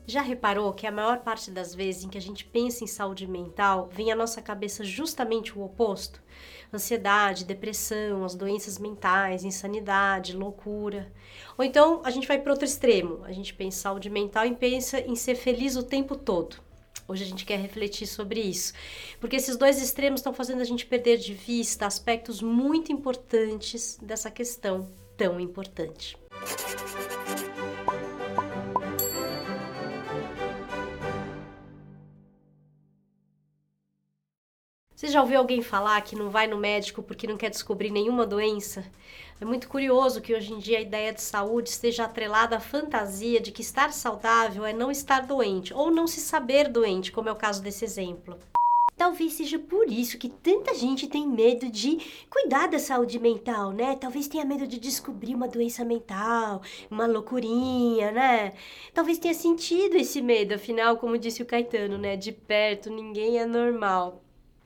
Já reparou que a maior parte das vezes em que a gente pensa em saúde mental, vem à nossa cabeça justamente o oposto? Ansiedade, depressão, as doenças mentais, insanidade, loucura. Ou então a gente vai para outro extremo, a gente pensa em saúde mental e pensa em ser feliz o tempo todo. Hoje a gente quer refletir sobre isso, porque esses dois extremos estão fazendo a gente perder de vista aspectos muito importantes dessa questão tão importante. Você já ouviu alguém falar que não vai no médico porque não quer descobrir nenhuma doença? É muito curioso que hoje em dia a ideia de saúde esteja atrelada à fantasia de que estar saudável é não estar doente ou não se saber doente, como é o caso desse exemplo. Talvez seja por isso que tanta gente tem medo de cuidar da saúde mental, né? Talvez tenha medo de descobrir uma doença mental, uma loucurinha, né? Talvez tenha sentido esse medo, afinal, como disse o Caetano, né? De perto ninguém é normal.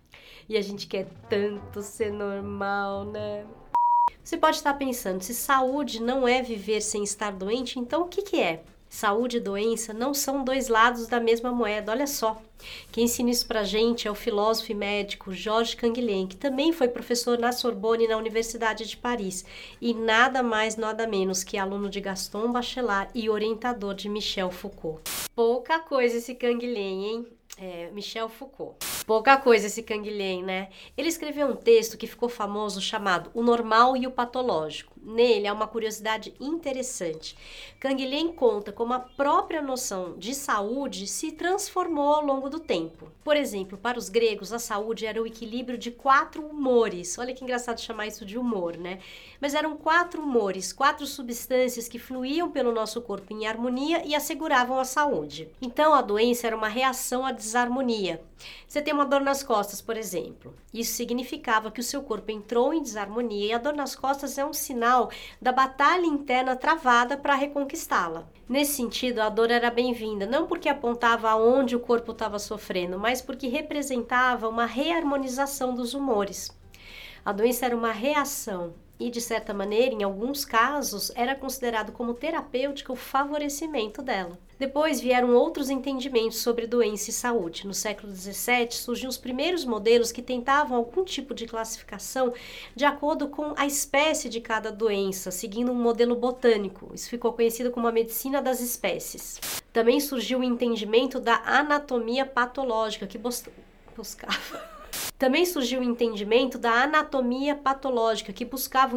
E a gente quer tanto ser normal, né? Você pode estar pensando, se saúde não é viver sem estar doente, então o que que é? Saúde e doença não são dois lados da mesma moeda, olha só. Quem ensina isso pra gente é o filósofo e médico Georges Canguilhem, que também foi professor na Sorbonne e na Universidade de Paris, e nada mais, nada menos que aluno de Gaston Bachelard e orientador de Michel Foucault. Pouca coisa esse Canguilhem, hein? Michel Foucault. Pouca coisa esse Canguilhem, né? Ele escreveu um texto que ficou famoso chamado O Normal e o Patológico. Nele há uma curiosidade interessante. Canguilhem conta como a própria noção de saúde se transformou ao longo do tempo. Por exemplo, para os gregos, a saúde era o equilíbrio de 4 humores. Olha que engraçado chamar isso de humor, né? Mas eram 4 humores, 4 substâncias que fluíam pelo nosso corpo em harmonia e asseguravam a saúde. Então, a doença era uma reação à desarmonia. Você tem uma dor nas costas, por exemplo. Isso significava que o seu corpo entrou em desarmonia e a dor nas costas é um sinal da batalha interna travada para reconquistá-la. Nesse sentido, a dor era bem-vinda, não porque apontava aonde o corpo estava sofrendo, mas porque representava uma reharmonização dos humores. A doença era uma reação e, de certa maneira, em alguns casos, era considerado como terapêutico o favorecimento dela. Depois vieram outros entendimentos sobre doença e saúde. No século XVII, surgiram os primeiros modelos que tentavam algum tipo de classificação de acordo com a espécie de cada doença, seguindo um modelo botânico. Isso ficou conhecido como a medicina das espécies. Também surgiu o entendimento da anatomia patológica, que buscava... Também surgiu o entendimento da anatomia patológica, que buscava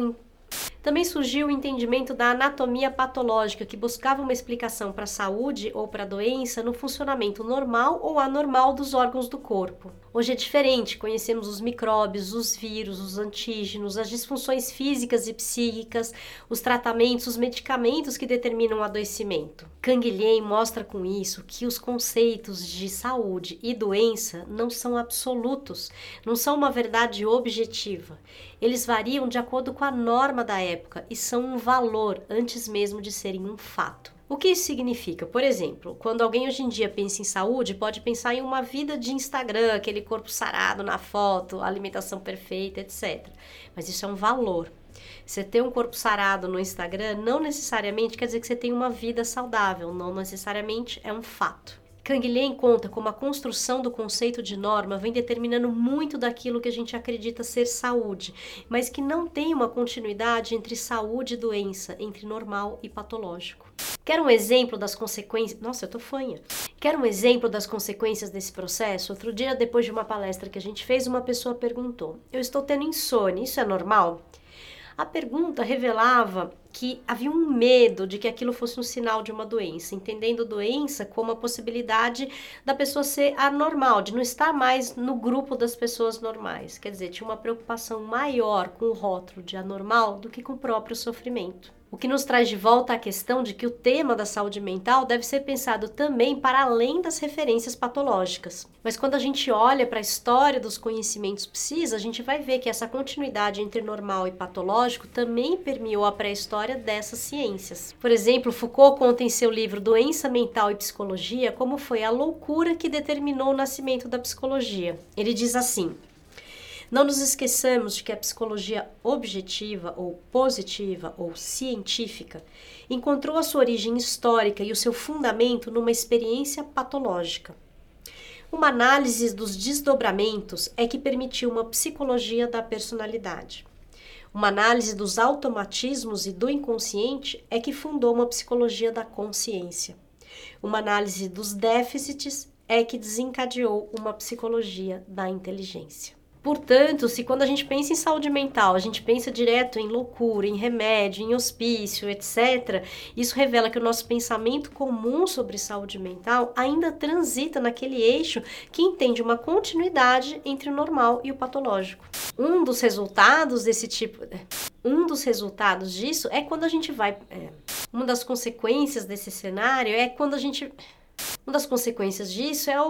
uma explicação para a saúde ou para a doença no funcionamento normal ou anormal dos órgãos do corpo. Hoje é diferente, conhecemos os micróbios, os vírus, os antígenos, as disfunções físicas e psíquicas, os tratamentos, os medicamentos que determinam o adoecimento. Canguilhem mostra com isso que os conceitos de saúde e doença não são absolutos, não são uma verdade objetiva. Eles variam de acordo com a norma da época e são um valor antes mesmo de serem um fato. O que isso significa? Por exemplo, quando alguém hoje em dia pensa em saúde, pode pensar em uma vida de Instagram, aquele corpo sarado na foto, alimentação perfeita, etc. Mas isso é um valor. Você ter um corpo sarado no Instagram não necessariamente quer dizer que você tem uma vida saudável, não necessariamente é um fato. Canguilhem conta como a construção do conceito de norma vem determinando muito daquilo que a gente acredita ser saúde, mas que não tem uma continuidade entre saúde e doença, entre normal e patológico. Quer um exemplo das consequências? Nossa, eu tô fanha. Quer um exemplo das consequências desse processo? Outro dia, depois de uma palestra que a gente fez, uma pessoa perguntou: eu estou tendo insônia, isso é normal? A pergunta revelava que havia um medo de que aquilo fosse um sinal de uma doença, entendendo doença como a possibilidade da pessoa ser anormal, de não estar mais no grupo das pessoas normais. Quer dizer, tinha uma preocupação maior com o rótulo de anormal do que com o próprio sofrimento. O que nos traz de volta à questão de que o tema da saúde mental deve ser pensado também para além das referências patológicas. Mas quando a gente olha para a história dos conhecimentos psis, a gente vai ver que essa continuidade entre normal e patológico também permeou a pré-história dessas ciências. Por exemplo, Foucault conta em seu livro Doença Mental e Psicologia como foi a loucura que determinou o nascimento da psicologia. Ele diz assim: Não nos esqueçamos de que a psicologia objetiva ou positiva ou científica encontrou a sua origem histórica e o seu fundamento numa experiência patológica. Uma análise dos desdobramentos é que permitiu uma psicologia da personalidade. Uma análise dos automatismos e do inconsciente é que fundou uma psicologia da consciência. Uma análise dos déficits é que desencadeou uma psicologia da inteligência. Portanto, se quando a gente pensa em saúde mental, a gente pensa direto em loucura, em remédio, em hospício, etc., isso revela que o nosso pensamento comum sobre saúde mental ainda transita naquele eixo que entende uma continuidade entre o normal e o patológico. Um dos resultados disso é quando a gente vai... Uma das consequências desse cenário é quando a gente... Uma das consequências disso é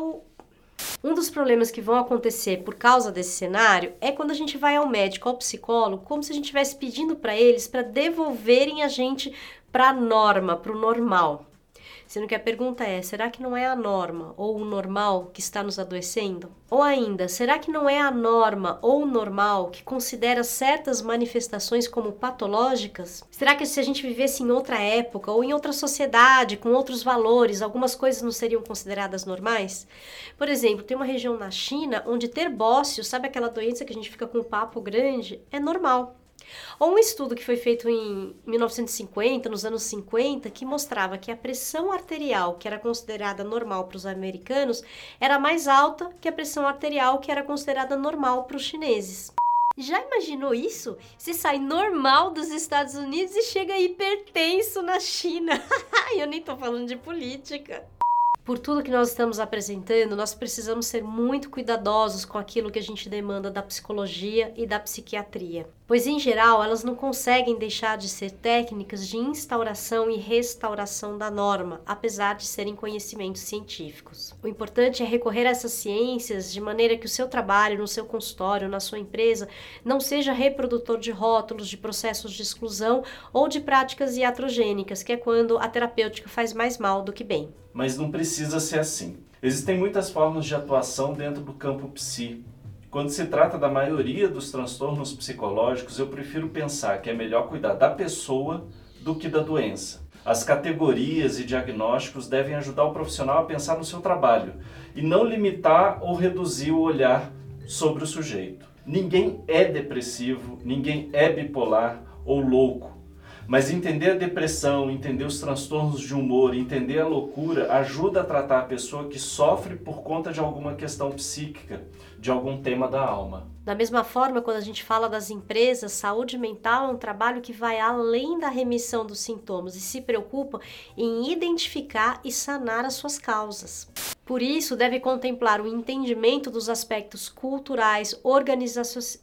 Um dos problemas que vão acontecer por causa desse cenário é quando a gente vai ao médico, ao psicólogo, como se a gente estivesse pedindo para eles para devolverem a gente para a norma, para o normal. Sendo que a pergunta é, será que não é a norma ou o normal que está nos adoecendo? Ou ainda, será que não é a norma ou o normal que considera certas manifestações como patológicas? Será que se a gente vivesse em outra época ou em outra sociedade, com outros valores, algumas coisas não seriam consideradas normais? Por exemplo, tem uma região na China onde ter bócio, sabe aquela doença que a gente fica com o papo grande, é normal. Ou um estudo que foi feito em 1950, nos anos 50, que mostrava que a pressão arterial, que era considerada normal para os americanos, era mais alta que a pressão arterial que era considerada normal para os chineses. Já imaginou isso? Você sai normal dos Estados Unidos e chega hipertenso na China. Eu nem tô falando de política. Por tudo que nós estamos apresentando, nós precisamos ser muito cuidadosos com aquilo que a gente demanda da psicologia e da psiquiatria. Pois, em geral, elas não conseguem deixar de ser técnicas de instauração e restauração da norma, apesar de serem conhecimentos científicos. O importante é recorrer a essas ciências de maneira que o seu trabalho, no seu consultório, na sua empresa, não seja reprodutor de rótulos, de processos de exclusão ou de práticas iatrogênicas, que é quando a terapêutica faz mais mal do que bem. Mas não precisa ser assim. Existem muitas formas de atuação dentro do campo psi. Quando se trata da maioria dos transtornos psicológicos, eu prefiro pensar que é melhor cuidar da pessoa do que da doença. As categorias e diagnósticos devem ajudar o profissional a pensar no seu trabalho e não limitar ou reduzir o olhar sobre o sujeito. Ninguém é depressivo, ninguém é bipolar ou louco. Mas entender a depressão, entender os transtornos de humor, entender a loucura ajuda a tratar a pessoa que sofre por conta de alguma questão psíquica, de algum tema da alma. Da mesma forma, quando a gente fala das empresas, saúde mental é um trabalho que vai além da remissão dos sintomas e se preocupa em identificar e sanar as suas causas. Por isso, deve contemplar o entendimento dos aspectos culturais, organizacionais.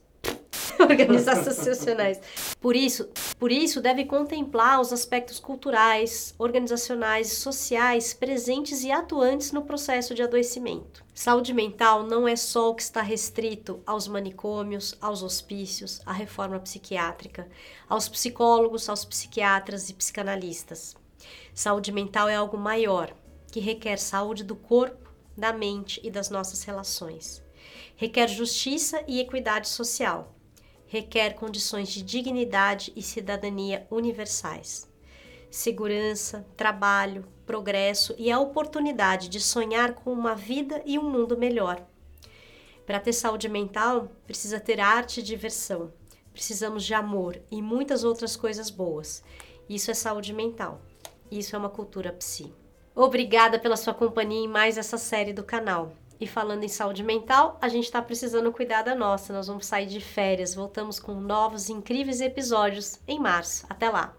Por isso, deve contemplar os aspectos culturais, organizacionais e sociais presentes e atuantes no processo de adoecimento. Saúde mental não é só o que está restrito aos manicômios, aos hospícios, à reforma psiquiátrica, aos psicólogos, aos psiquiatras e psicanalistas. Saúde mental é algo maior, que requer saúde do corpo, da mente e das nossas relações. Requer justiça e equidade social. Requer condições de dignidade e cidadania universais. Segurança, trabalho, progresso e a oportunidade de sonhar com uma vida e um mundo melhor. Para ter saúde mental, precisa ter arte e diversão. Precisamos de amor e muitas outras coisas boas. Isso é saúde mental. Isso é uma cultura psi. Obrigada pela sua companhia em mais essa série do canal. E falando em saúde mental, a gente está precisando cuidar da nossa. Nós vamos sair de férias. Voltamos com novos incríveis episódios em março. Até lá!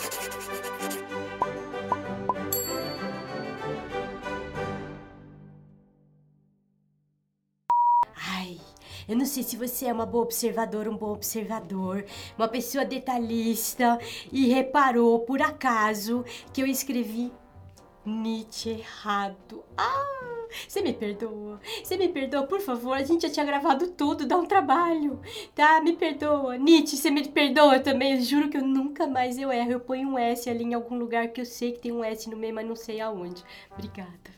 Eu não sei se você é uma boa observadora, um bom observador, uma pessoa detalhista e reparou, por acaso, que eu escrevi Nietzsche errado. Você me perdoa? Você me perdoa, por favor? A gente já tinha gravado tudo, dá um trabalho, tá? Me perdoa. Nietzsche, você me perdoa também? Eu juro que eu nunca mais eu erro. Eu ponho um S ali em algum lugar que eu sei que tem um S no meio, mas não sei aonde. Obrigada.